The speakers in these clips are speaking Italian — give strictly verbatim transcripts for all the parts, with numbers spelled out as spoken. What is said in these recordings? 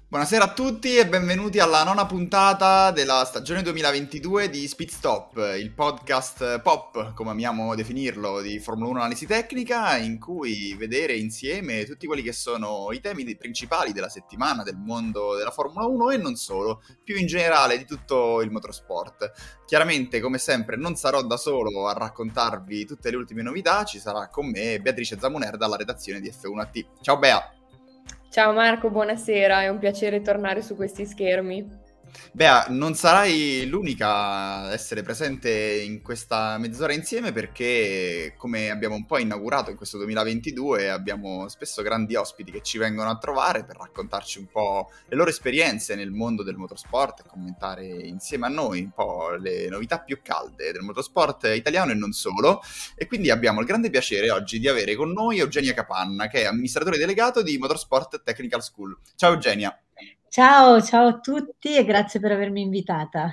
Buonasera a tutti e benvenuti alla nona puntata della stagione duemilaventidue di Speed Stop, il podcast pop, come amiamo definirlo, di Formula uno Analisi Tecnica, in cui vedere insieme tutti quelli che sono i temi di- principali della settimana del mondo della Formula uno e non solo, più in generale di tutto il motorsport. Chiaramente, come sempre, non sarò da solo a raccontarvi tutte le ultime novità, ci sarà con me Beatrice Zamuner dalla redazione di F uno A T. Ciao Bea! Ciao Marco, buonasera, è un piacere tornare su questi schermi. Bea, non sarai l'unica ad essere presente in questa mezz'ora insieme perché, come abbiamo un po' inaugurato in questo duemilaventidue, abbiamo spesso grandi ospiti che ci vengono a trovare per raccontarci un po' le loro esperienze nel mondo del motorsport e commentare insieme a noi un po' le novità più calde del motorsport italiano e non solo. E quindi abbiamo il grande piacere oggi di avere con noi Eugenia Capanna, che è amministratore delegato di Motorsport Technical School. Ciao Eugenia! Ciao, ciao a tutti e grazie per avermi invitata.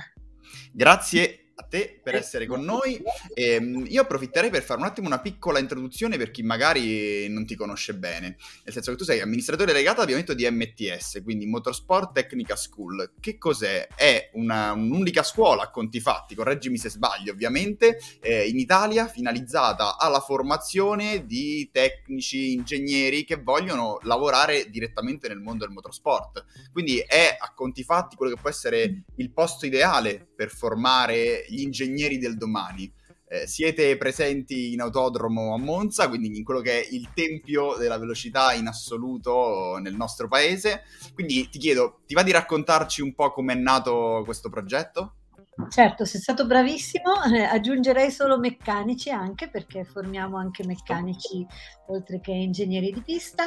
Grazie a te per essere con noi. Ehm, io approfitterei per fare un attimo una piccola introduzione per chi magari non ti conosce bene. Nel senso che tu sei amministratore delegato, abbiamo detto, di M T S, quindi Motorsport Technical School. Che cos'è? È una, un'unica scuola a conti fatti, correggimi se sbaglio ovviamente, eh, in Italia finalizzata alla formazione di tecnici, ingegneri che vogliono lavorare direttamente nel mondo del motorsport. Quindi è a conti fatti quello che può essere il posto ideale per formare gli ingegneri del domani. Eh, siete presenti in autodromo a Monza, quindi in quello che è il tempio della velocità in assoluto nel nostro paese. Quindi ti chiedo, ti va di raccontarci un po' com'è nato questo progetto? Certo, sei stato bravissimo, eh, aggiungerei solo meccanici anche perché formiamo anche meccanici oltre che ingegneri di pista.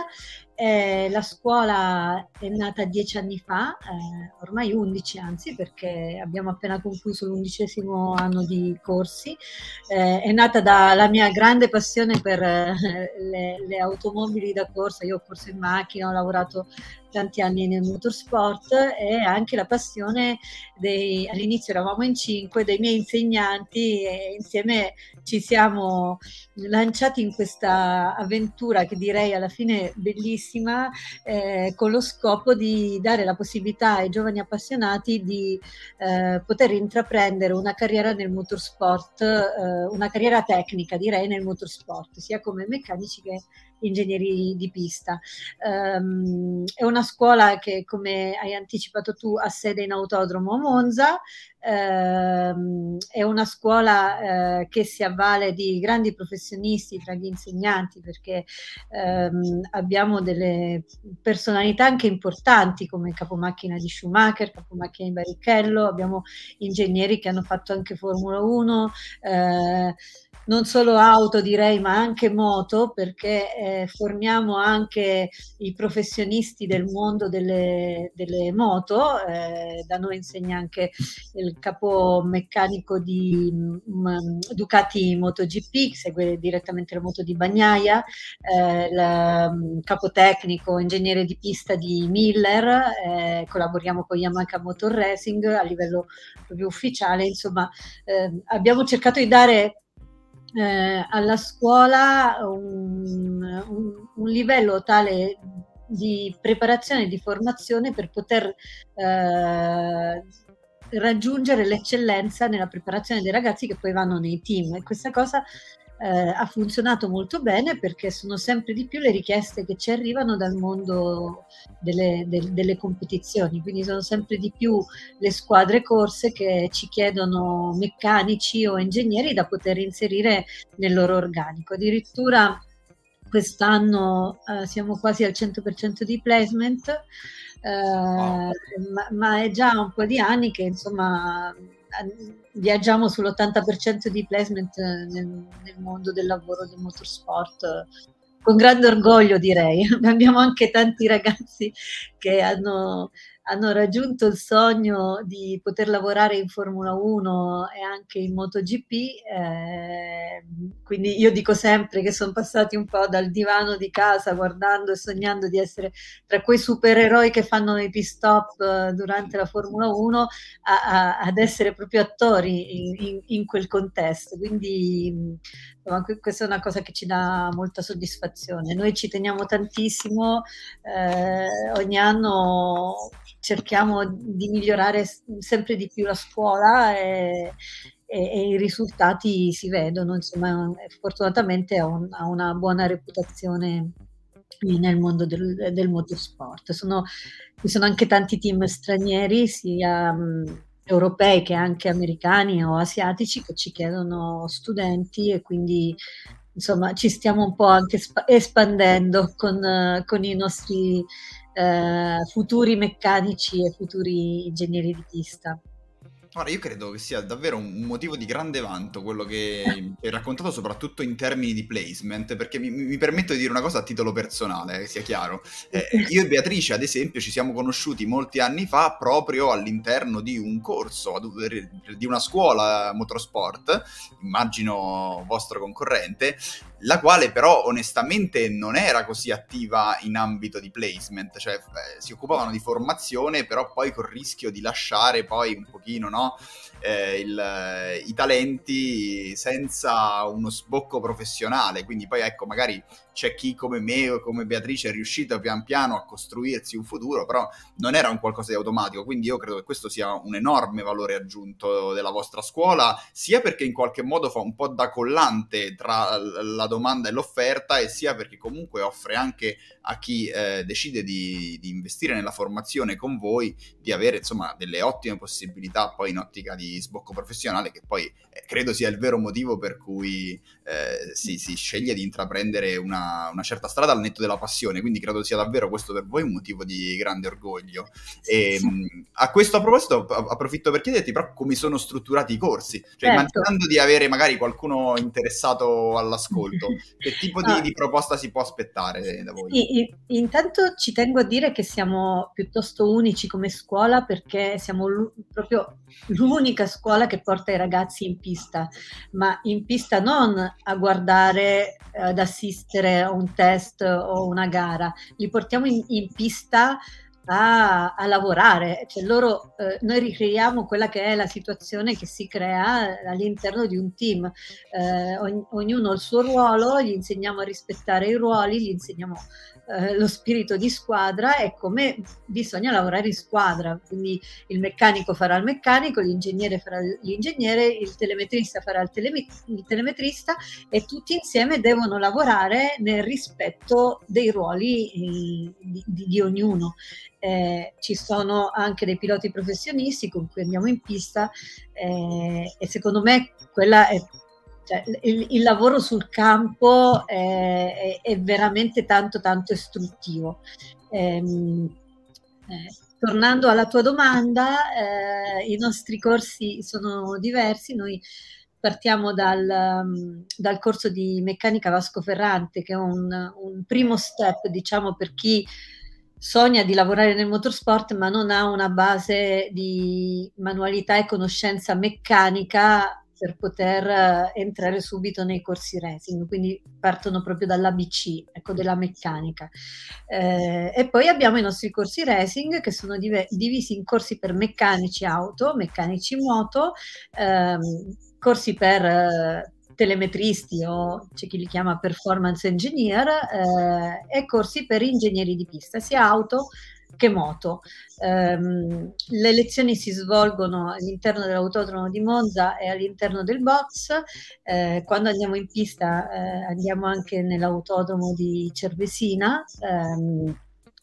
Eh, la scuola è nata dieci anni fa, eh, ormai undici anzi, perché abbiamo appena concluso l'undicesimo anno di corsi. Eh, è nata dalla mia grande passione per eh, le, le automobili da corsa. Io ho corso in macchina, ho lavorato tanti anni nel motorsport e anche la passione dei, all'inizio eravamo in cinque, dei miei insegnanti, e insieme ci siamo lanciati in questa avventura che direi alla fine bellissima, eh, con lo scopo di dare la possibilità ai giovani appassionati di eh, poter intraprendere una carriera nel motorsport, eh, una carriera tecnica direi nel motorsport, sia come meccanici che ingegneri di pista. Um, è una scuola che, come hai anticipato tu, ha sede in autodromo a Monza. Um, è una scuola uh, che si avvale di grandi professionisti tra gli insegnanti, perché um, abbiamo delle personalità anche importanti come capomacchina di Schumacher, capomacchina di Barrichello, abbiamo ingegneri che hanno fatto anche Formula uno, uh, non solo auto direi, ma anche moto, perché eh, formiamo anche i professionisti del mondo delle, delle moto. Eh, da noi insegna anche il capo meccanico di um, Ducati MotoGP, che segue direttamente la moto di Bagnaia, eh, il um, capo tecnico, ingegnere di pista di Miller, eh, collaboriamo con Yamaha Motor Racing a livello proprio ufficiale. Insomma, eh, abbiamo cercato di dare Eh, alla scuola un, un, un livello tale di preparazione e di formazione per poter eh, raggiungere l'eccellenza nella preparazione dei ragazzi che poi vanno nei team, e questa cosa eh, ha funzionato molto bene perché sono sempre di più le richieste che ci arrivano dal mondo delle, del, delle competizioni, quindi sono sempre di più le squadre corse che ci chiedono meccanici o ingegneri da poter inserire nel loro organico. Addirittura quest'anno eh, siamo quasi al cento per cento di placement, eh, Wow. ma, ma è già un po' di anni che insomma viaggiamo sull'ottanta per cento di placement nel, nel mondo del lavoro del motorsport, con grande orgoglio direi. Abbiamo anche tanti ragazzi che hanno, hanno raggiunto il sogno di poter lavorare in Formula uno e anche in MotoGP, eh, quindi io dico sempre che sono passati un po' dal divano di casa guardando e sognando di essere tra quei supereroi che fanno i pit stop eh, durante la Formula uno a, a, ad essere proprio attori in, in, in quel contesto, quindi insomma, questa è una cosa che ci dà molta soddisfazione. Noi ci teniamo tantissimo, eh, ogni anno cerchiamo di migliorare s- sempre di più la scuola e, e- e i risultati si vedono, insomma, fortunatamente ha, un- ha una buona reputazione nel mondo del, del motorsport. Sono, ci sono anche tanti team stranieri, sia mh, europei che anche americani o asiatici, che ci chiedono studenti e quindi insomma ci stiamo un po' anche spa- espandendo con, eh, con i nostri eh, futuri meccanici e futuri ingegneri di pista. Ora, io credo che sia davvero un motivo di grande vanto quello che hai raccontato, soprattutto in termini di placement, perché mi, mi permetto di dire una cosa a titolo personale, che sia chiaro. Eh, io e Beatrice, ad esempio, ci siamo conosciuti molti anni fa proprio all'interno di un corso, di una scuola motorsport, immagino vostro concorrente, la quale però onestamente non era così attiva in ambito di placement, cioè eh, si occupavano di formazione, però poi col rischio di lasciare poi un pochino, no, eh, il, i talenti senza uno sbocco professionale, quindi poi ecco magari c'è chi come me o come Beatrice è riuscito pian piano a costruirsi un futuro, però non era un qualcosa di automatico, quindi io credo che questo sia un enorme valore aggiunto della vostra scuola, sia perché in qualche modo fa un po' da collante tra la domanda e l'offerta, e sia perché comunque offre anche a chi eh, decide di, di investire nella formazione con voi di avere insomma delle ottime possibilità poi in ottica di sbocco professionale, che poi eh, credo sia il vero motivo per cui eh, si, si sceglie di intraprendere una, una certa strada al netto della passione, quindi credo sia davvero questo per voi un motivo di grande orgoglio. E, mh, a questo a proposito approfitto per chiederti però come sono strutturati i corsi, cioè Certo. immaginando di avere magari qualcuno interessato all'ascolto, che tipo di, No, di proposta si può aspettare da voi? sì, i- intanto ci tengo a dire che siamo piuttosto unici come scuola perché siamo l'u- proprio l'unica scuola che porta i ragazzi in pista, ma in pista non a guardare, eh, ad assistere a un test o una gara, li portiamo in, in pista a, a lavorare, cioè loro, eh, noi ricreiamo quella che è la situazione che si crea all'interno di un team. Eh, ogn- ognuno ha il suo ruolo, gli insegniamo a rispettare i ruoli, gli insegniamo eh, lo spirito di squadra e come bisogna lavorare in squadra. Quindi il meccanico farà il meccanico, l'ingegnere farà l'ingegnere, il telemetrista farà il, tele- il telemetrista e tutti insieme devono lavorare nel rispetto dei ruoli eh, di, di, di ognuno. Eh, ci sono anche dei piloti professionisti con cui andiamo in pista eh, e secondo me quella è, cioè, il, il lavoro sul campo è, è, è veramente tanto tanto istruttivo. Ehm, eh, tornando alla tua domanda, eh, i nostri corsi sono diversi. Noi partiamo dal, um, dal corso di meccanica Vasco Ferrante, che è un, un primo step, diciamo, per chi sogna di lavorare nel motorsport ma non ha una base di manualità e conoscenza meccanica per poter eh, entrare subito nei corsi racing, quindi partono proprio dall'A B C, ecco, della meccanica. Eh, e poi abbiamo i nostri corsi racing che sono div- divisi in corsi per meccanici auto, meccanici moto, ehm, corsi per eh, telemetristi o c'è chi li chiama performance engineer eh, e corsi per ingegneri di pista, sia auto che moto. Um, le lezioni si svolgono all'interno dell'autodromo di Monza e all'interno del box. Eh, quando andiamo in pista eh, andiamo anche nell'autodromo di Cervesina. Um,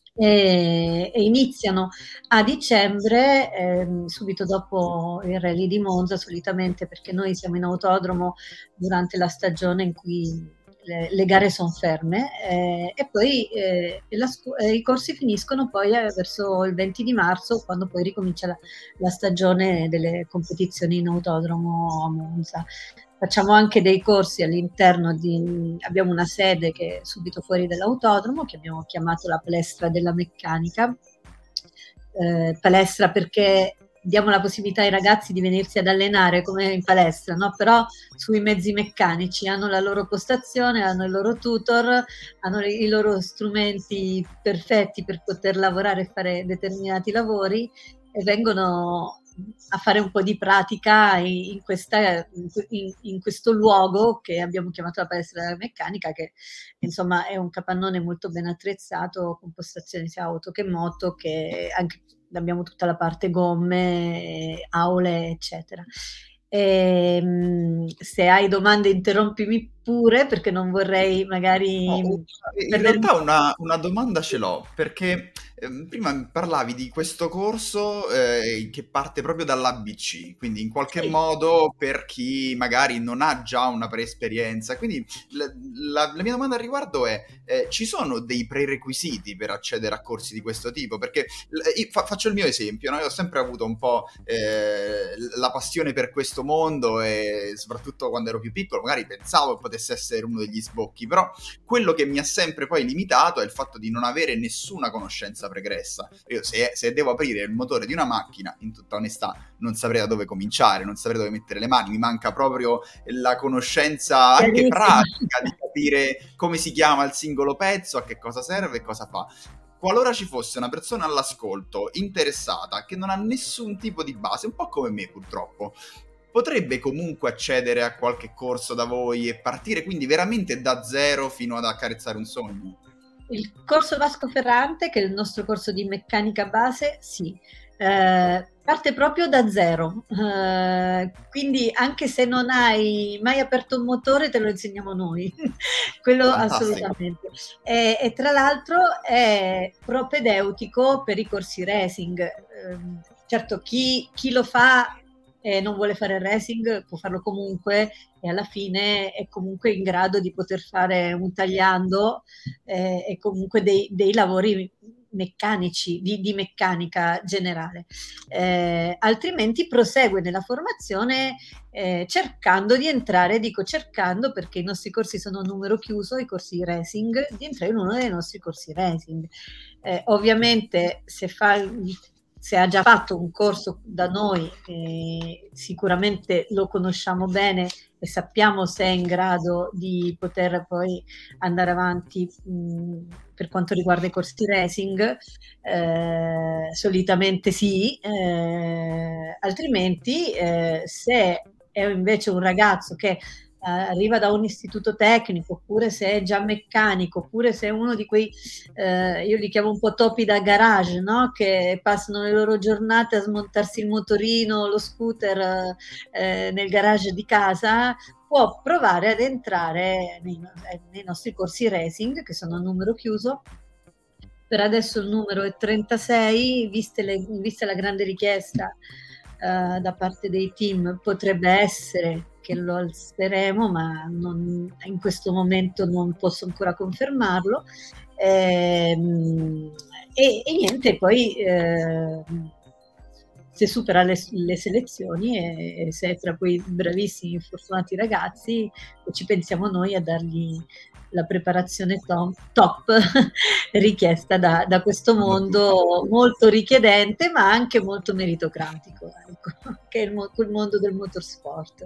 e, e iniziano a dicembre, ehm, subito dopo il Rally di Monza, solitamente perché noi siamo in autodromo durante la stagione in cui le, le gare sono ferme eh, e poi eh, la, eh, i corsi finiscono poi eh, verso il venti di marzo, quando poi ricomincia la, la stagione delle competizioni in autodromo a Monza. Facciamo anche dei corsi all'interno di, abbiamo una sede che è subito fuori dall'autodromo, che abbiamo chiamato la palestra della meccanica, eh, palestra perché diamo la possibilità ai ragazzi di venirsi ad allenare come in palestra, no? Però sui mezzi meccanici, hanno la loro postazione, hanno il loro tutor, hanno i loro strumenti perfetti per poter lavorare e fare determinati lavori e vengono a fare un po' di pratica in, questa, in, in questo luogo che abbiamo chiamato la palestra della meccanica, che insomma è un capannone molto ben attrezzato con postazioni sia auto che moto, che anche abbiamo tutta la parte gomme, aule, eccetera. E, se hai domande interrompimi pure, perché non vorrei magari No, in perdermi. realtà una, una domanda ce l'ho, perché ehm, prima parlavi di questo corso eh, che parte proprio dall'A B C, quindi in qualche Sì. modo per chi magari non ha già una preesperienza. Quindi la, la- la mia domanda al riguardo è, eh, ci sono dei prerequisiti per accedere a corsi di questo tipo? Perché l- io fa- faccio il mio esempio, no? Io ho sempre avuto un po' eh, la passione per questo mondo e soprattutto quando ero più piccolo, magari pensavo che potesse essere uno degli sbocchi, però quello che mi ha sempre poi limitato è il fatto di non avere nessuna conoscenza pregressa. Io se, se devo aprire il motore di una macchina, in tutta onestà, non saprei da dove cominciare, non saprei dove mettere le mani, mi manca proprio la conoscenza anche Chiarissimo. pratica di capire come si chiama il singolo pezzo, a che cosa serve e cosa fa. Qualora ci fosse una persona all'ascolto interessata che non ha nessun tipo di base, un po' come me purtroppo, potrebbe comunque accedere a qualche corso da voi e partire quindi veramente da zero fino ad accarezzare un sogno? Il corso Vasco Ferrante, che è il nostro corso di meccanica base, sì, eh, parte proprio da zero, eh, quindi anche se non hai mai aperto un motore te lo insegniamo noi, quello Fantastico. assolutamente. E, e tra l'altro è propedeutico per i corsi racing. Eh, certo, chi, chi lo fa e non vuole fare racing può farlo comunque, e alla fine è comunque in grado di poter fare un tagliando eh, e comunque dei, dei lavori meccanici, di, di meccanica generale. Eh, altrimenti prosegue nella formazione eh, cercando di entrare, dico cercando perché i nostri corsi sono a numero chiuso, i corsi racing, di entrare in uno dei nostri corsi racing. Eh, ovviamente se fa se ha già fatto un corso da noi, eh, sicuramente lo conosciamo bene e sappiamo se è in grado di poter poi andare avanti mh, per quanto riguarda i corsi racing, eh, solitamente sì, eh, altrimenti eh, se è invece un ragazzo che Uh, arriva da un istituto tecnico, oppure se è già meccanico, oppure se è uno di quei, uh, io li chiamo un po' topi da garage, no? Che passano le loro giornate a smontarsi il motorino, lo scooter uh, eh, nel garage di casa, può provare ad entrare nei, nei nostri corsi racing, che sono a numero chiuso. Per adesso il numero è trentasei, viste le, vista la grande richiesta uh, da parte dei team, potrebbe essere che lo alzeremo, ma non, in questo momento non posso ancora confermarlo. Ehm, e, e niente, poi eh, se supera le, le selezioni e, e se è tra quei bravissimi, fortunati ragazzi, ci pensiamo noi a dargli la preparazione top, top richiesta da, da questo mondo molto richiedente, ma anche molto meritocratico, ecco, che è il, il mondo del motorsport.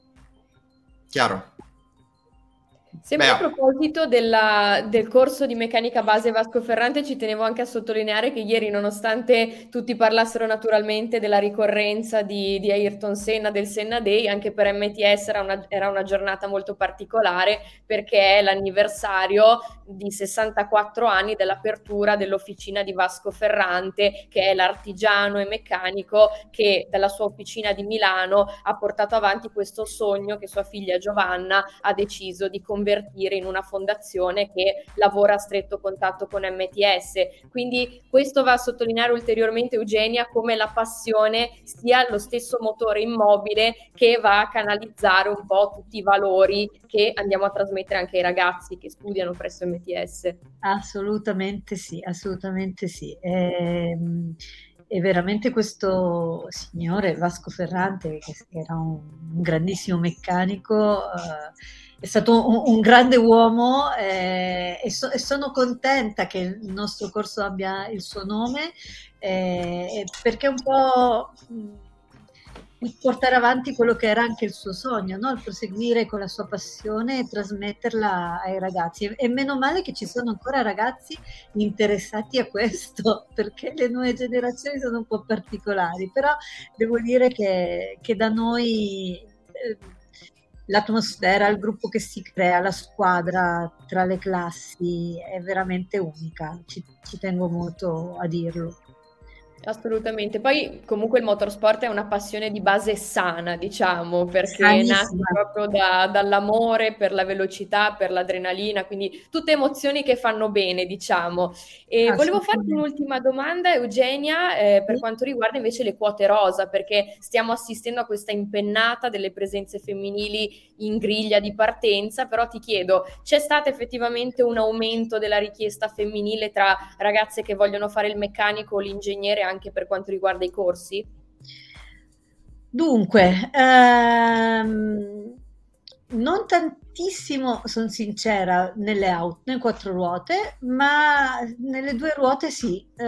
Chiaro. Sempre Beh, a proposito della, del corso di meccanica base Vasco Ferrante, ci tenevo anche a sottolineare che ieri, nonostante tutti parlassero naturalmente della ricorrenza di, di Ayrton Senna, del Senna Day, anche per M T S era una, era una giornata molto particolare, perché è l'anniversario di sessantaquattro anni dell'apertura dell'officina di Vasco Ferrante, che è l'artigiano e meccanico che dalla sua officina di Milano ha portato avanti questo sogno che sua figlia Giovanna ha deciso di convertire in una fondazione che lavora a stretto contatto con M T S. Quindi questo va a sottolineare ulteriormente, Eugenia, come la passione sia lo stesso motore immobile che va a canalizzare un po' tutti i valori che andiamo a trasmettere anche ai ragazzi che studiano presso M T S. Assolutamente sì, assolutamente sì. Ehm... E veramente questo signore Vasco Ferrante, che era un, un grandissimo meccanico, eh, è stato un, un grande uomo eh, e, so, e sono contenta che il nostro corso abbia il suo nome eh, perché è un po' di portare avanti quello che era anche il suo sogno, no? Il proseguire con la sua passione e trasmetterla ai ragazzi. E, e meno male che ci sono ancora ragazzi interessati a questo, perché le nuove generazioni sono un po' particolari, però devo dire che, che da noi eh, l'atmosfera, il gruppo che si crea, la squadra tra le classi è veramente unica, ci, ci tengo molto a dirlo. Assolutamente. Poi comunque il motorsport è una passione di base sana, diciamo, perché Sanissima. nasce proprio da, dall'amore per la velocità, per l'adrenalina, quindi tutte emozioni che fanno bene, diciamo. E volevo farti un'ultima domanda, Eugenia, eh, per Sì. quanto riguarda invece le quote rosa, perché stiamo assistendo a questa impennata delle presenze femminili in griglia di partenza, però ti chiedo, c'è stato effettivamente un aumento della richiesta femminile tra ragazze che vogliono fare il meccanico o l'ingegnere anche per quanto riguarda i corsi? Dunque, ehm, non tantissimo, sono sincera, nelle auto, nelle quattro ruote, ma nelle due ruote sì. Eh,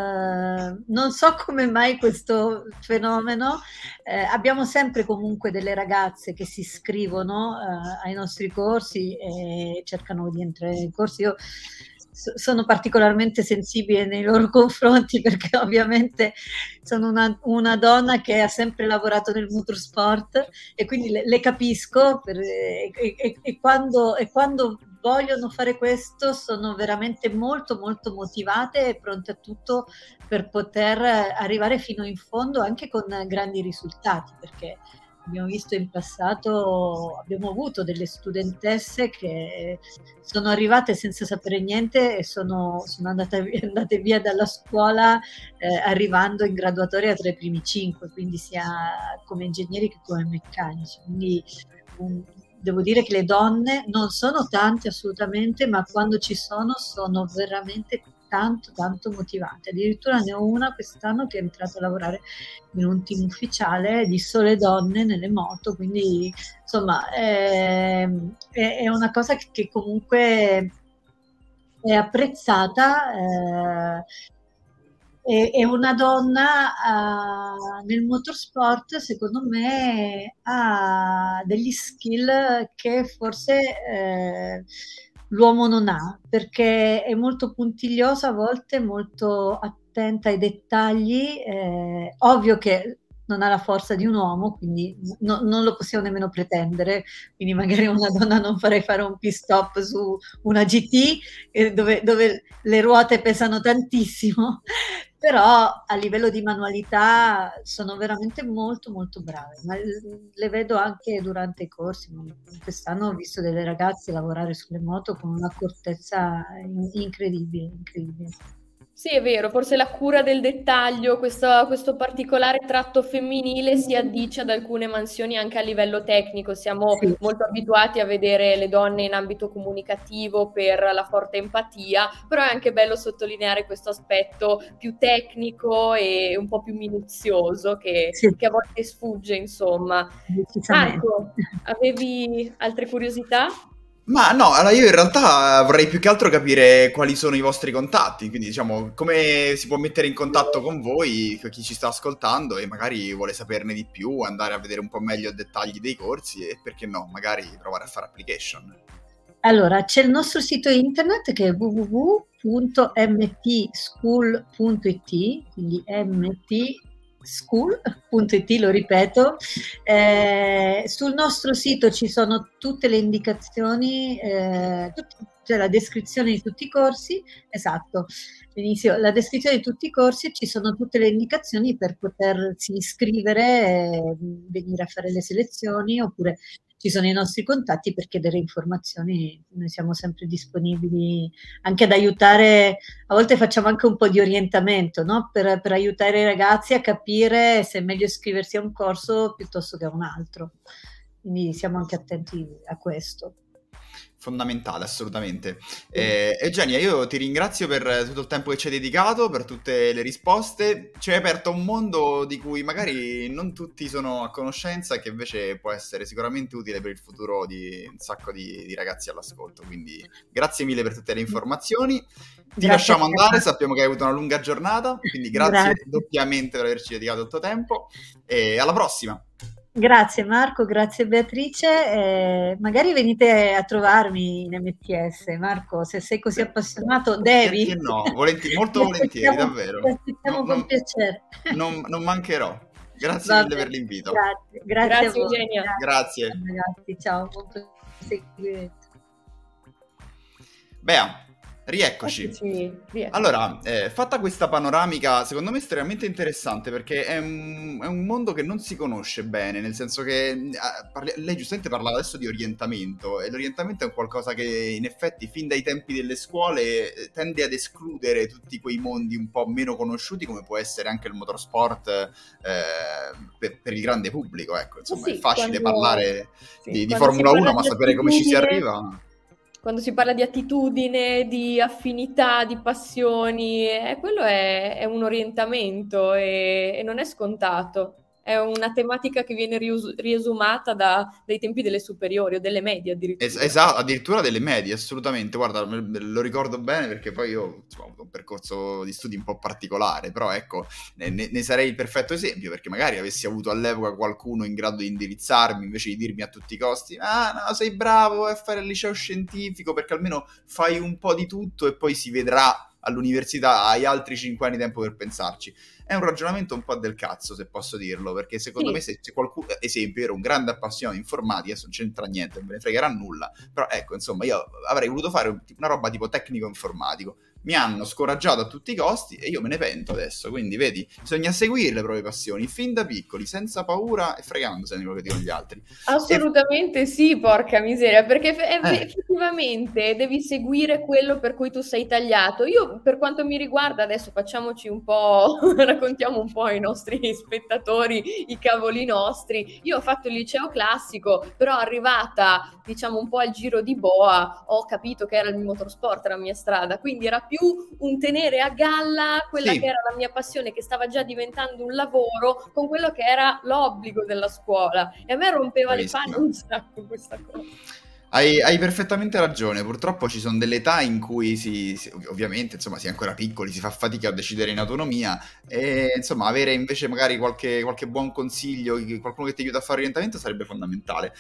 non so come mai questo fenomeno. Eh, abbiamo sempre comunque delle ragazze che si iscrivono eh, ai nostri corsi e cercano di entrare nei corsi. Io sono particolarmente sensibile nei loro confronti perché ovviamente sono una, una donna che ha sempre lavorato nel motorsport e quindi le, le capisco per, e, e, e, quando, e quando vogliono fare questo sono veramente molto molto motivate e pronte a tutto per poter arrivare fino in fondo anche con grandi risultati, perché abbiamo visto in passato, abbiamo avuto delle studentesse che sono arrivate senza sapere niente e sono, sono andate, via, andate via dalla scuola eh, arrivando in graduatoria tra i primi cinque, quindi sia come ingegneri che come meccanici. Quindi um, devo dire che le donne non sono tante assolutamente, ma quando ci sono sono veramente tanto tanto motivate. Addirittura ne ho una quest'anno che è entrata a lavorare in un team ufficiale di sole donne nelle moto, quindi insomma è, è una cosa che comunque è apprezzata. Eh, e una donna uh, nel motorsport secondo me ha degli skill che forse eh, l'uomo non ha, perché è molto puntigliosa a volte, molto attenta ai dettagli. Eh, ovvio che non ha la forza di un uomo, quindi no, non lo possiamo nemmeno pretendere, quindi magari una donna non farei fare un pit stop su una G T eh, dove, dove le ruote pesano tantissimo, però a livello di manualità sono veramente molto molto brave, ma le vedo anche durante i corsi. Quest'anno ho visto delle ragazze lavorare sulle moto con un'accortezza incredibile, incredibile. Sì, è vero, forse la cura del dettaglio, questo, questo particolare tratto femminile si addice ad alcune mansioni anche a livello tecnico. Siamo sì. molto abituati a vedere le donne in ambito comunicativo per la forte empatia, però è anche bello sottolineare questo aspetto più tecnico e un po' più minuzioso che, sì. che a volte sfugge, insomma. Marco, avevi altre curiosità? Ma no, allora io in realtà vorrei più che altro capire quali sono i vostri contatti, quindi diciamo come si può mettere in contatto con voi, chi ci sta ascoltando e magari vuole saperne di più, andare a vedere un po' meglio i dettagli dei corsi e perché no, magari provare a fare application. Allora, c'è il nostro sito internet che è w w w punto m t school punto i t, quindi mt school punto i t, lo ripeto. Eh, sul nostro sito ci sono tutte le indicazioni, eh, tut- cioè la descrizione di tutti i corsi, esatto, benissimo, la descrizione di tutti i corsi, ci sono tutte le indicazioni per potersi iscrivere, eh, venire a fare le selezioni, oppure ci sono i nostri contatti per chiedere informazioni. Noi siamo sempre disponibili anche ad aiutare, a volte facciamo anche un po' di orientamento, no? per, per aiutare i ragazzi a capire se è meglio iscriversi a un corso piuttosto che a un altro. Quindi siamo anche attenti a questo. Fondamentale, assolutamente. Eh, Eugenia, io ti ringrazio per tutto il tempo che ci hai dedicato, per tutte le risposte. Ci hai aperto un mondo di cui magari non tutti sono a conoscenza e che invece può essere sicuramente utile per il futuro di un sacco di, di ragazzi all'ascolto. Quindi grazie mille per tutte le informazioni. Ti grazie lasciamo andare, sappiamo che hai avuto una lunga giornata, quindi grazie, grazie doppiamente per averci dedicato il tuo tempo e alla prossima. Grazie Marco, grazie Beatrice, eh, magari venite a trovarmi in M T S. Marco, se sei così appassionato devi. Perché no, Volenti- molto volentieri, davvero. Ti aspettiamo non, con non, piacere. Non, non mancherò. Grazie Va mille bene. per l'invito. Grazie, grazie, grazie a voi. Eugenia. Grazie. Ragazzi, ciao, buon proseguimento. Bea, Rieccoci. Eccoci, rieccoci. Allora, eh, fatta questa panoramica, secondo me estremamente interessante perché è un, è un mondo che non si conosce bene, nel senso che eh, parli- lei giustamente parlava adesso di orientamento e l'orientamento è un qualcosa che in effetti fin dai tempi delle scuole eh, tende ad escludere tutti quei mondi un po' meno conosciuti come può essere anche il motorsport eh, per, per il grande pubblico, ecco, insomma Sì, è facile quando, parlare sì, di, di quando si Formula parla uno, ma di sapere come ci si attitudine, arriva... quando si parla di attitudine, di affinità, di passioni, eh, quello è, è un orientamento e, e non è scontato. È una tematica che viene rius- riesumata da- dai tempi delle superiori o delle medie Es- addirittura. esatto, addirittura delle medie, assolutamente. Guarda, me- me lo ricordo bene perché poi io insomma, ho avuto un percorso di studi un po' particolare, però ecco, ne, ne- ne sarei il perfetto esempio perché magari avessi avuto all'epoca qualcuno in grado di indirizzarmi invece di dirmi a tutti i costi: ah, no, sei bravo a fare il liceo scientifico perché almeno fai un po' di tutto e poi si vedrà all'università, hai altri cinque anni di tempo per pensarci. È un ragionamento un po' del cazzo, se posso dirlo, perché secondo Sì. me se, se qualcuno, esempio, ero un grande appassionato di informatica, adesso non c'entra niente, non me ne fregherà nulla, però ecco, insomma, io avrei voluto fare una roba tipo tecnico-informatico. Mi hanno scoraggiato a tutti i costi e io me ne pento adesso, quindi vedi, bisogna seguire le proprie passioni fin da piccoli, senza paura e fregandosene di quello che dicono gli altri. Assolutamente e... sì, porca miseria, perché eff- eh. effettivamente devi seguire quello per cui tu sei tagliato. Io, per quanto mi riguarda, adesso facciamoci un po', raccontiamo un po' ai nostri spettatori i cavoli nostri. Io ho fatto il liceo classico, però arrivata, diciamo, un po' al giro di boa, ho capito che era il motorsport la mia strada, quindi era più un tenere a galla quella Sì. che era la mia passione, che stava già diventando un lavoro, con quello che era l'obbligo della scuola. E a me rompeva le palle un sacco questa cosa. Hai, hai perfettamente ragione, purtroppo ci sono delle età in cui si, si, ovviamente insomma si è ancora piccoli, si fa fatica a decidere in autonomia e insomma avere invece magari qualche, qualche buon consiglio, qualcuno che ti aiuta a fare orientamento sarebbe fondamentale.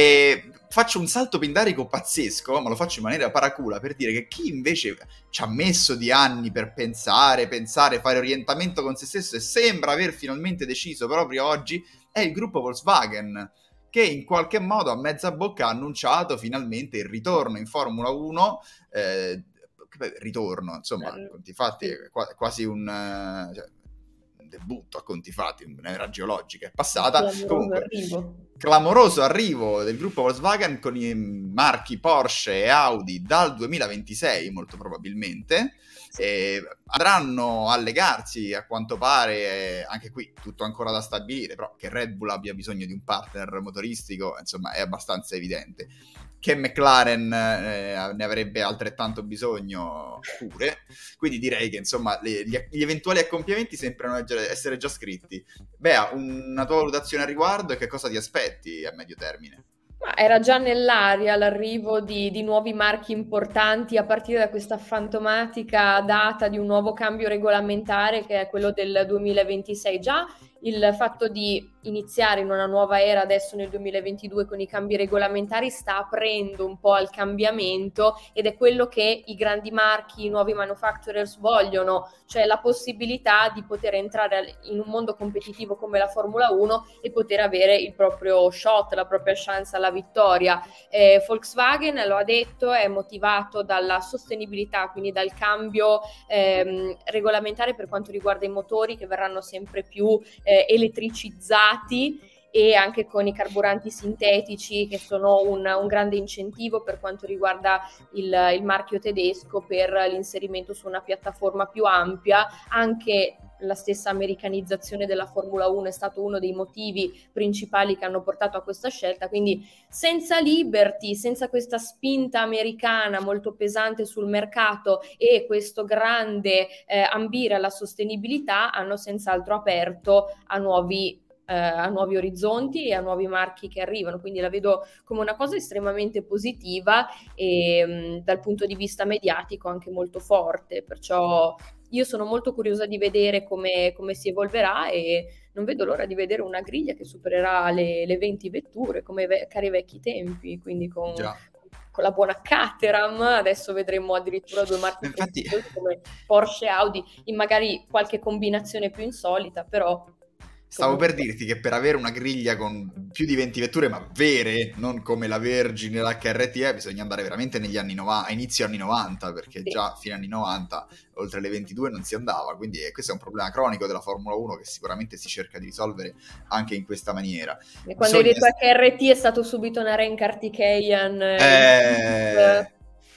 E faccio un salto pindarico pazzesco, ma lo faccio in maniera paracula per dire che chi invece ci ha messo di anni per pensare, pensare, fare orientamento con se stesso e sembra aver finalmente deciso proprio oggi è il gruppo Volkswagen, che in qualche modo a mezza bocca ha annunciato finalmente il ritorno in Formula uno, eh, ritorno, insomma, a conti fatti è quasi un, cioè, un debutto a conti fatti, un'era geologica è passata, clamoroso comunque arrivo. clamoroso arrivo del gruppo Volkswagen con i marchi Porsche e Audi dal duemilaventisei molto probabilmente. Eh, andranno a legarsi a quanto pare, eh, anche qui tutto ancora da stabilire, però che Red Bull abbia bisogno di un partner motoristico insomma è abbastanza evidente, che McLaren eh, ne avrebbe altrettanto bisogno pure, quindi direi che insomma le, gli, gli eventuali accoppiamenti sembrano essere già scritti. Bea, una tua valutazione a riguardo e che cosa ti aspetti a medio termine? Ma era già nell'aria l'arrivo di, di nuovi marchi importanti a partire da questa fantomatica data di un nuovo cambio regolamentare che è quello del duemilaventisei. Già il fatto di iniziare in una nuova era adesso nel duemilaventidue con i cambi regolamentari sta aprendo un po' al cambiamento ed è quello che i grandi marchi, i nuovi manufacturers vogliono, cioè la possibilità di poter entrare in un mondo competitivo come la Formula uno e poter avere il proprio shot, la propria chance alla vittoria. Eh, Volkswagen, lo ha detto, è motivato dalla sostenibilità, quindi dal cambio ehm, regolamentare per quanto riguarda i motori che verranno sempre più eh, elettricizzati e anche con i carburanti sintetici che sono un, un grande incentivo per quanto riguarda il, il marchio tedesco per l'inserimento su una piattaforma più ampia. Anche la stessa americanizzazione della Formula uno è stato uno dei motivi principali che hanno portato a questa scelta, quindi senza Liberty, senza questa spinta americana molto pesante sul mercato e questo grande eh, ambire alla sostenibilità hanno senz'altro aperto a nuovi eh, a nuovi orizzonti e a nuovi marchi che arrivano, quindi la vedo come una cosa estremamente positiva e mh, dal punto di vista mediatico anche molto forte, perciò io sono molto curiosa di vedere come, come si evolverà e non vedo l'ora di vedere una griglia che supererà le, le venti vetture come ve- cari vecchi tempi, quindi con, con la buona Caterham. Adesso vedremo addirittura due marchi Infatti... come Porsche e Audi in magari qualche combinazione più insolita, però Stavo per dirti che per avere una griglia con più di venti vetture, ma vere, non come la Virgin e l'H R T, eh, bisogna andare veramente negli anni novanta, a inizio anni novanta, perché Sì. già fine anni novanta oltre le ventidue non si andava, quindi eh, questo è un problema cronico della Formula uno che sicuramente si cerca di risolvere anche in questa maniera. E quando Bisogna... hai detto H R T è stato subito una Ren Karthikeyan. Eh...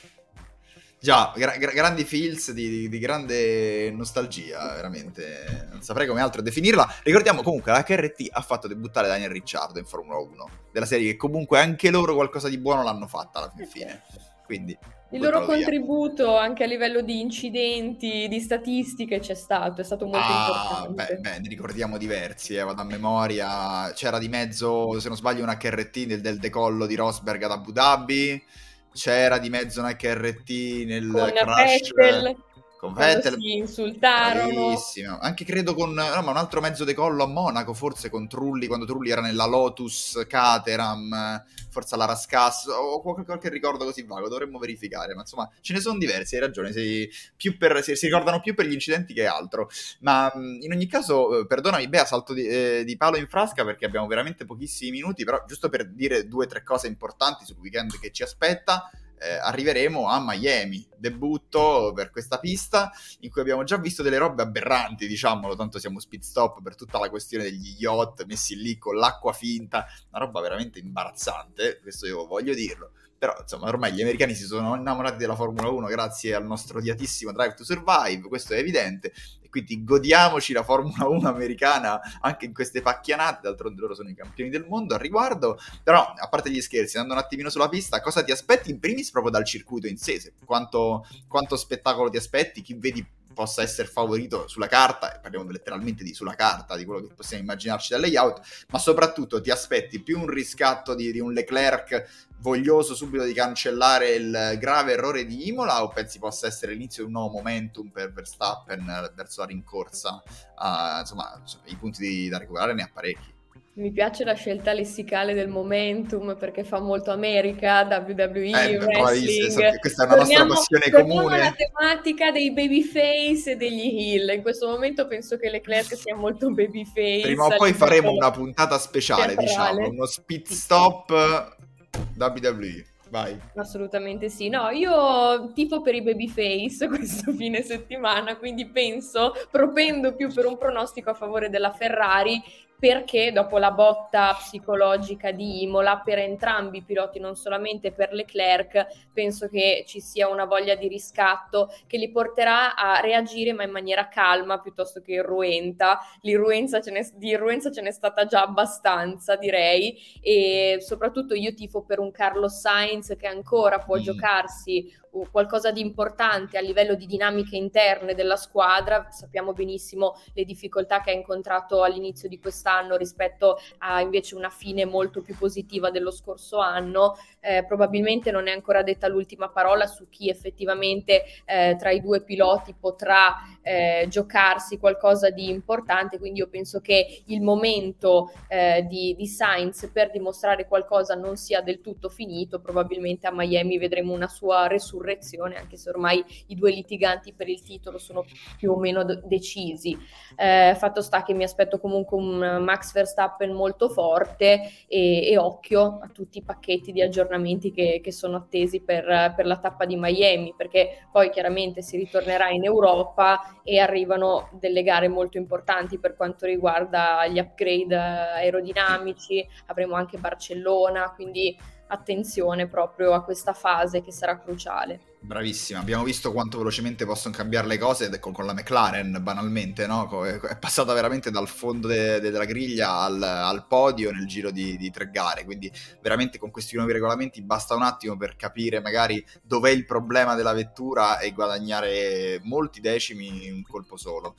Già, gra- gra- grandi feels di, di, di grande nostalgia, veramente, non saprei come altro definirla. Ricordiamo comunque l'H R T ha fatto debuttare Daniel Ricciardo in Formula uno, della serie che comunque anche loro qualcosa di buono l'hanno fatta alla fin fine, quindi... Il loro contributo anche a livello di incidenti, di statistiche c'è stato, è stato molto ah, importante. Beh, beh, ne ricordiamo diversi, eh, vado a memoria, c'era di mezzo, se non sbaglio, un H R T del, del decollo di Rosberg ad Abu Dhabi, c'era di mezzo un H R T nel con crash Vettel, con Vettel, si insultarono. bravissimo. Anche credo con no, ma un altro mezzo decollo a Monaco, forse con Trulli, quando Trulli era nella Lotus Caterham, forse alla Rascasso, o qualche, qualche ricordo così vago, dovremmo verificare, ma insomma ce ne sono diversi, hai ragione, si, più per, si, si ricordano più per gli incidenti che altro, ma in ogni caso, perdonami Bea, salto di, eh, di palo in frasca perché abbiamo veramente pochissimi minuti, però giusto per dire due o tre cose importanti sul weekend che ci aspetta. Eh, arriveremo a Miami, debutto per questa pista in cui abbiamo già visto delle robe aberranti, diciamolo, tanto siamo speed stop per tutta la questione degli yacht messi lì con l'acqua finta, una roba veramente imbarazzante, questo io voglio dirlo, però insomma ormai gli americani si sono innamorati della Formula uno grazie al nostro odiatissimo Drive to Survive, questo è evidente, e quindi godiamoci la Formula uno americana anche in queste pacchianate, d'altronde loro sono i campioni del mondo al riguardo. Però a parte gli scherzi, andando un attimino sulla pista, cosa ti aspetti in primis proprio dal circuito in sé? Quanto, quanto spettacolo ti aspetti? Chi vedi possa essere favorito sulla carta, e parliamo letteralmente di sulla carta, di quello che possiamo immaginarci dal layout, ma soprattutto ti aspetti più un riscatto di, di un Leclerc voglioso subito di cancellare il grave errore di Imola, o pensi possa essere l'inizio di un nuovo momentum per Verstappen verso la rincorsa? Uh, insomma, i punti di, da recuperare ne ha parecchi. Mi piace la scelta lessicale del momentum perché fa molto America, W W E, eh, wrestling. Questa è una torniamo, nostra passione comune. La tematica dei babyface e degli heel. In questo momento penso che Leclerc sia molto babyface. Prima o poi faremo una puntata speciale, teatrale. Diciamo, uno speed stop W W E. Vai. Assolutamente sì. No, io tifo per i babyface questo fine settimana, quindi penso, propendo più per un pronostico a favore della Ferrari, perché dopo la botta psicologica di Imola per entrambi i piloti, non solamente per Leclerc, penso che ci sia una voglia di riscatto che li porterà a reagire ma in maniera calma piuttosto che irruenta. L'irruenza ce n'è, di irruenza ce n'è stata già abbastanza, direi, e soprattutto io tifo per un Carlos Sainz che ancora può mm. giocarsi qualcosa di importante a livello di dinamiche interne della squadra. Sappiamo benissimo le difficoltà che ha incontrato all'inizio di quest'anno rispetto a invece una fine molto più positiva dello scorso anno. Eh, probabilmente non è ancora detta l'ultima parola su chi effettivamente eh, tra i due piloti potrà eh, giocarsi qualcosa di importante, quindi io penso che il momento eh, di, di Sainz per dimostrare qualcosa non sia del tutto finito. Probabilmente a Miami vedremo una sua resurrezione, anche se ormai i due litiganti per il titolo sono più o meno d- decisi. Eh, fatto sta che mi aspetto comunque un Max Verstappen molto forte e, e occhio a tutti i pacchetti di aggiornamenti che, che sono attesi per, per la tappa di Miami, perché poi chiaramente si ritornerà in Europa e arrivano delle gare molto importanti per quanto riguarda gli upgrade aerodinamici, avremo anche Barcellona, quindi attenzione proprio a questa fase che sarà cruciale. Bravissima, abbiamo visto quanto velocemente possono cambiare le cose con, con la McLaren, banalmente, no? È passata veramente dal fondo de, de, della griglia al, al podio nel giro di, di tre gare, quindi veramente con questi nuovi regolamenti basta un attimo per capire magari dov'è il problema della vettura e guadagnare molti decimi in un colpo solo.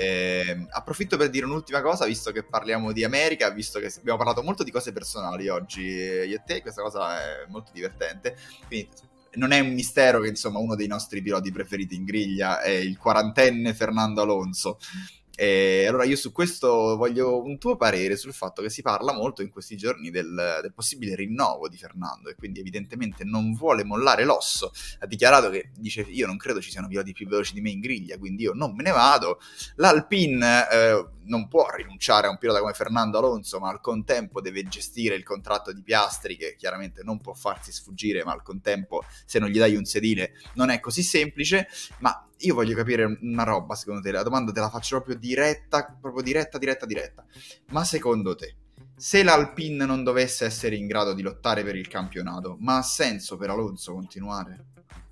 Eh, approfitto per dire un'ultima cosa, visto che parliamo di America, visto che abbiamo parlato molto di cose personali oggi, io e te, questa cosa è molto divertente, quindi non è un mistero che insomma uno dei nostri piloti preferiti in griglia è il quarantenne Fernando Alonso. E allora io su questo voglio un tuo parere sul fatto che si parla molto in questi giorni del, del possibile rinnovo di Fernando, e quindi evidentemente non vuole mollare l'osso. Ha dichiarato che dice: io non credo ci siano piloti più veloci di me in griglia, quindi io non me ne vado. L'Alpine eh, non può rinunciare a un pilota come Fernando Alonso, ma al contempo deve gestire il contratto di Piastri, che chiaramente non può farsi sfuggire, ma al contempo se non gli dai un sedile non è così semplice. Ma io voglio capire una roba, secondo te, la domanda te la faccio proprio diretta, proprio diretta, diretta, diretta. Ma secondo te, se l'Alpine non dovesse essere in grado di lottare per il campionato, ma ha senso per Alonso continuare?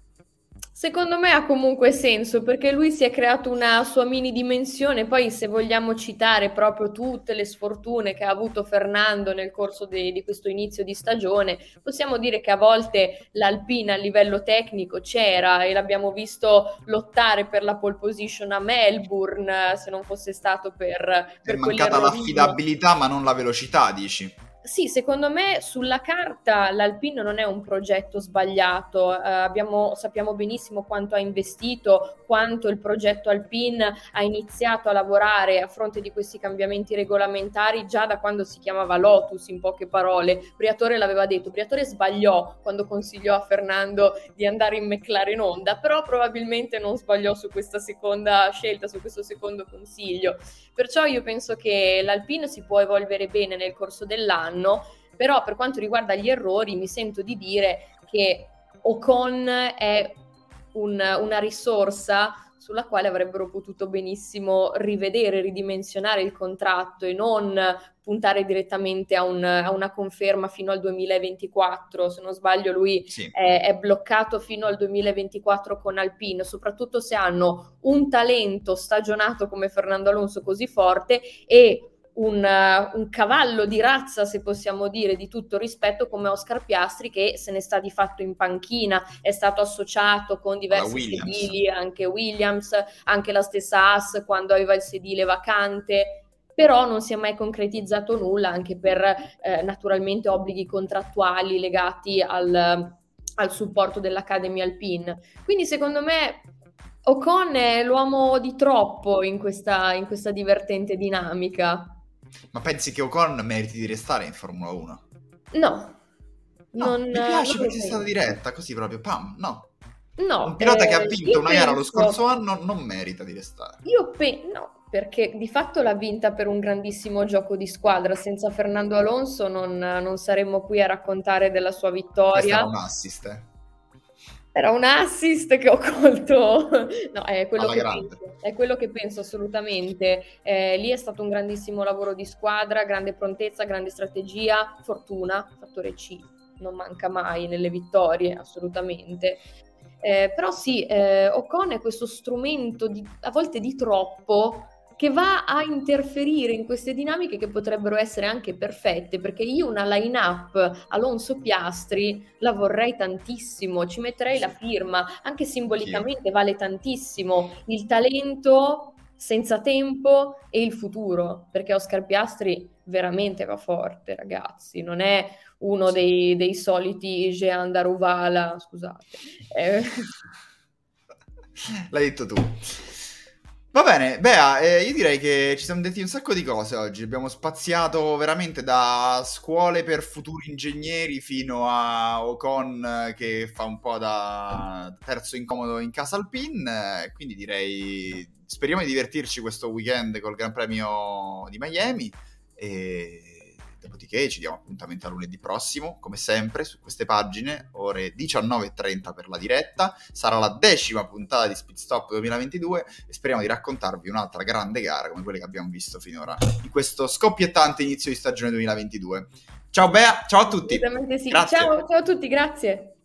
Secondo me ha comunque senso, perché lui si è creato una sua mini dimensione. Poi, se vogliamo citare proprio tutte le sfortune che ha avuto Fernando nel corso de- di questo inizio di stagione, possiamo dire che a volte l'Alpine a livello tecnico c'era, e l'abbiamo visto lottare per la pole position a Melbourne, se non fosse stato per, per è mancata l'affidabilità ma non la velocità, dici? Sì, secondo me sulla carta l'Alpine non è un progetto sbagliato. Eh, abbiamo, sappiamo benissimo quanto ha investito, quanto il progetto Alpine ha iniziato a lavorare a fronte di questi cambiamenti regolamentari già da quando si chiamava Lotus, in poche parole. Briatore l'aveva detto, Briatore sbagliò quando consigliò a Fernando di andare in McLaren Honda, però probabilmente non sbagliò su questa seconda scelta, su questo secondo consiglio. Perciò io penso che l'Alpine si può evolvere bene nel corso dell'anno. Però per quanto riguarda gli errori mi sento di dire che Ocon è un, una risorsa sulla quale avrebbero potuto benissimo rivedere, ridimensionare il contratto e non puntare direttamente a, un, a una conferma fino al duemilaventiquattro. Se non sbaglio lui sì. è, è bloccato fino al duemilaventiquattro con Alpine, soprattutto se hanno un talento stagionato come Fernando Alonso così forte e Un, uh, un cavallo di razza, se possiamo dire, di tutto rispetto come Oscar Piastri, che se ne sta di fatto in panchina, è stato associato con diversi sedili, anche Williams, anche la stessa Haas quando aveva il sedile vacante, però non si è mai concretizzato nulla, anche per eh, naturalmente obblighi contrattuali legati al, al supporto dell'Academy Alpine. Quindi secondo me Ocon è l'uomo di troppo in questa, in questa divertente dinamica. Ma pensi che Ocon meriti di restare in Formula uno? No. No, non, mi piace non perché è stata diretta, così proprio, pam, no. No. Un pilota eh, che ha vinto una penso... gara lo scorso anno non merita di restare. Io penso, no, perché di fatto l'ha vinta per un grandissimo gioco di squadra. Senza Fernando Alonso non, non saremmo qui a raccontare della sua vittoria. Questo era un assist, eh. Era un assist che ho colto, no, è quello, che grande. penso, è quello che penso assolutamente. Eh, lì è stato un grandissimo lavoro di squadra, grande prontezza, grande strategia, fortuna, fattore C, non manca mai nelle vittorie, assolutamente. Eh, però sì, eh, Ocon è questo strumento di, a volte di troppo, che va a interferire in queste dinamiche che potrebbero essere anche perfette, perché io una line-up Alonso Piastri la vorrei tantissimo, ci metterei la firma, anche simbolicamente vale tantissimo il talento senza tempo e il futuro, perché Oscar Piastri veramente va forte, ragazzi, non è uno dei, dei soliti Jean Daruvala, scusate. Eh. L'hai detto tu. Va bene, Bea, eh, io direi che ci siamo detti un sacco di cose oggi. Abbiamo spaziato veramente da scuole per futuri ingegneri fino a Ocon che fa un po' da terzo incomodo in casa Alpine. Quindi direi speriamo di divertirci questo weekend col Gran Premio di Miami e dopodiché ci diamo appuntamento a lunedì prossimo, come sempre, su queste pagine, ore diciannove e trenta per la diretta. Sarà la decima puntata di Speed Stop duemilaventidue e speriamo di raccontarvi un'altra grande gara come quelle che abbiamo visto finora in questo scoppiettante inizio di stagione duemilaventidue. Ciao Bea, ciao a tutti. Assolutamente sì. Grazie. Ciao, ciao a tutti, grazie.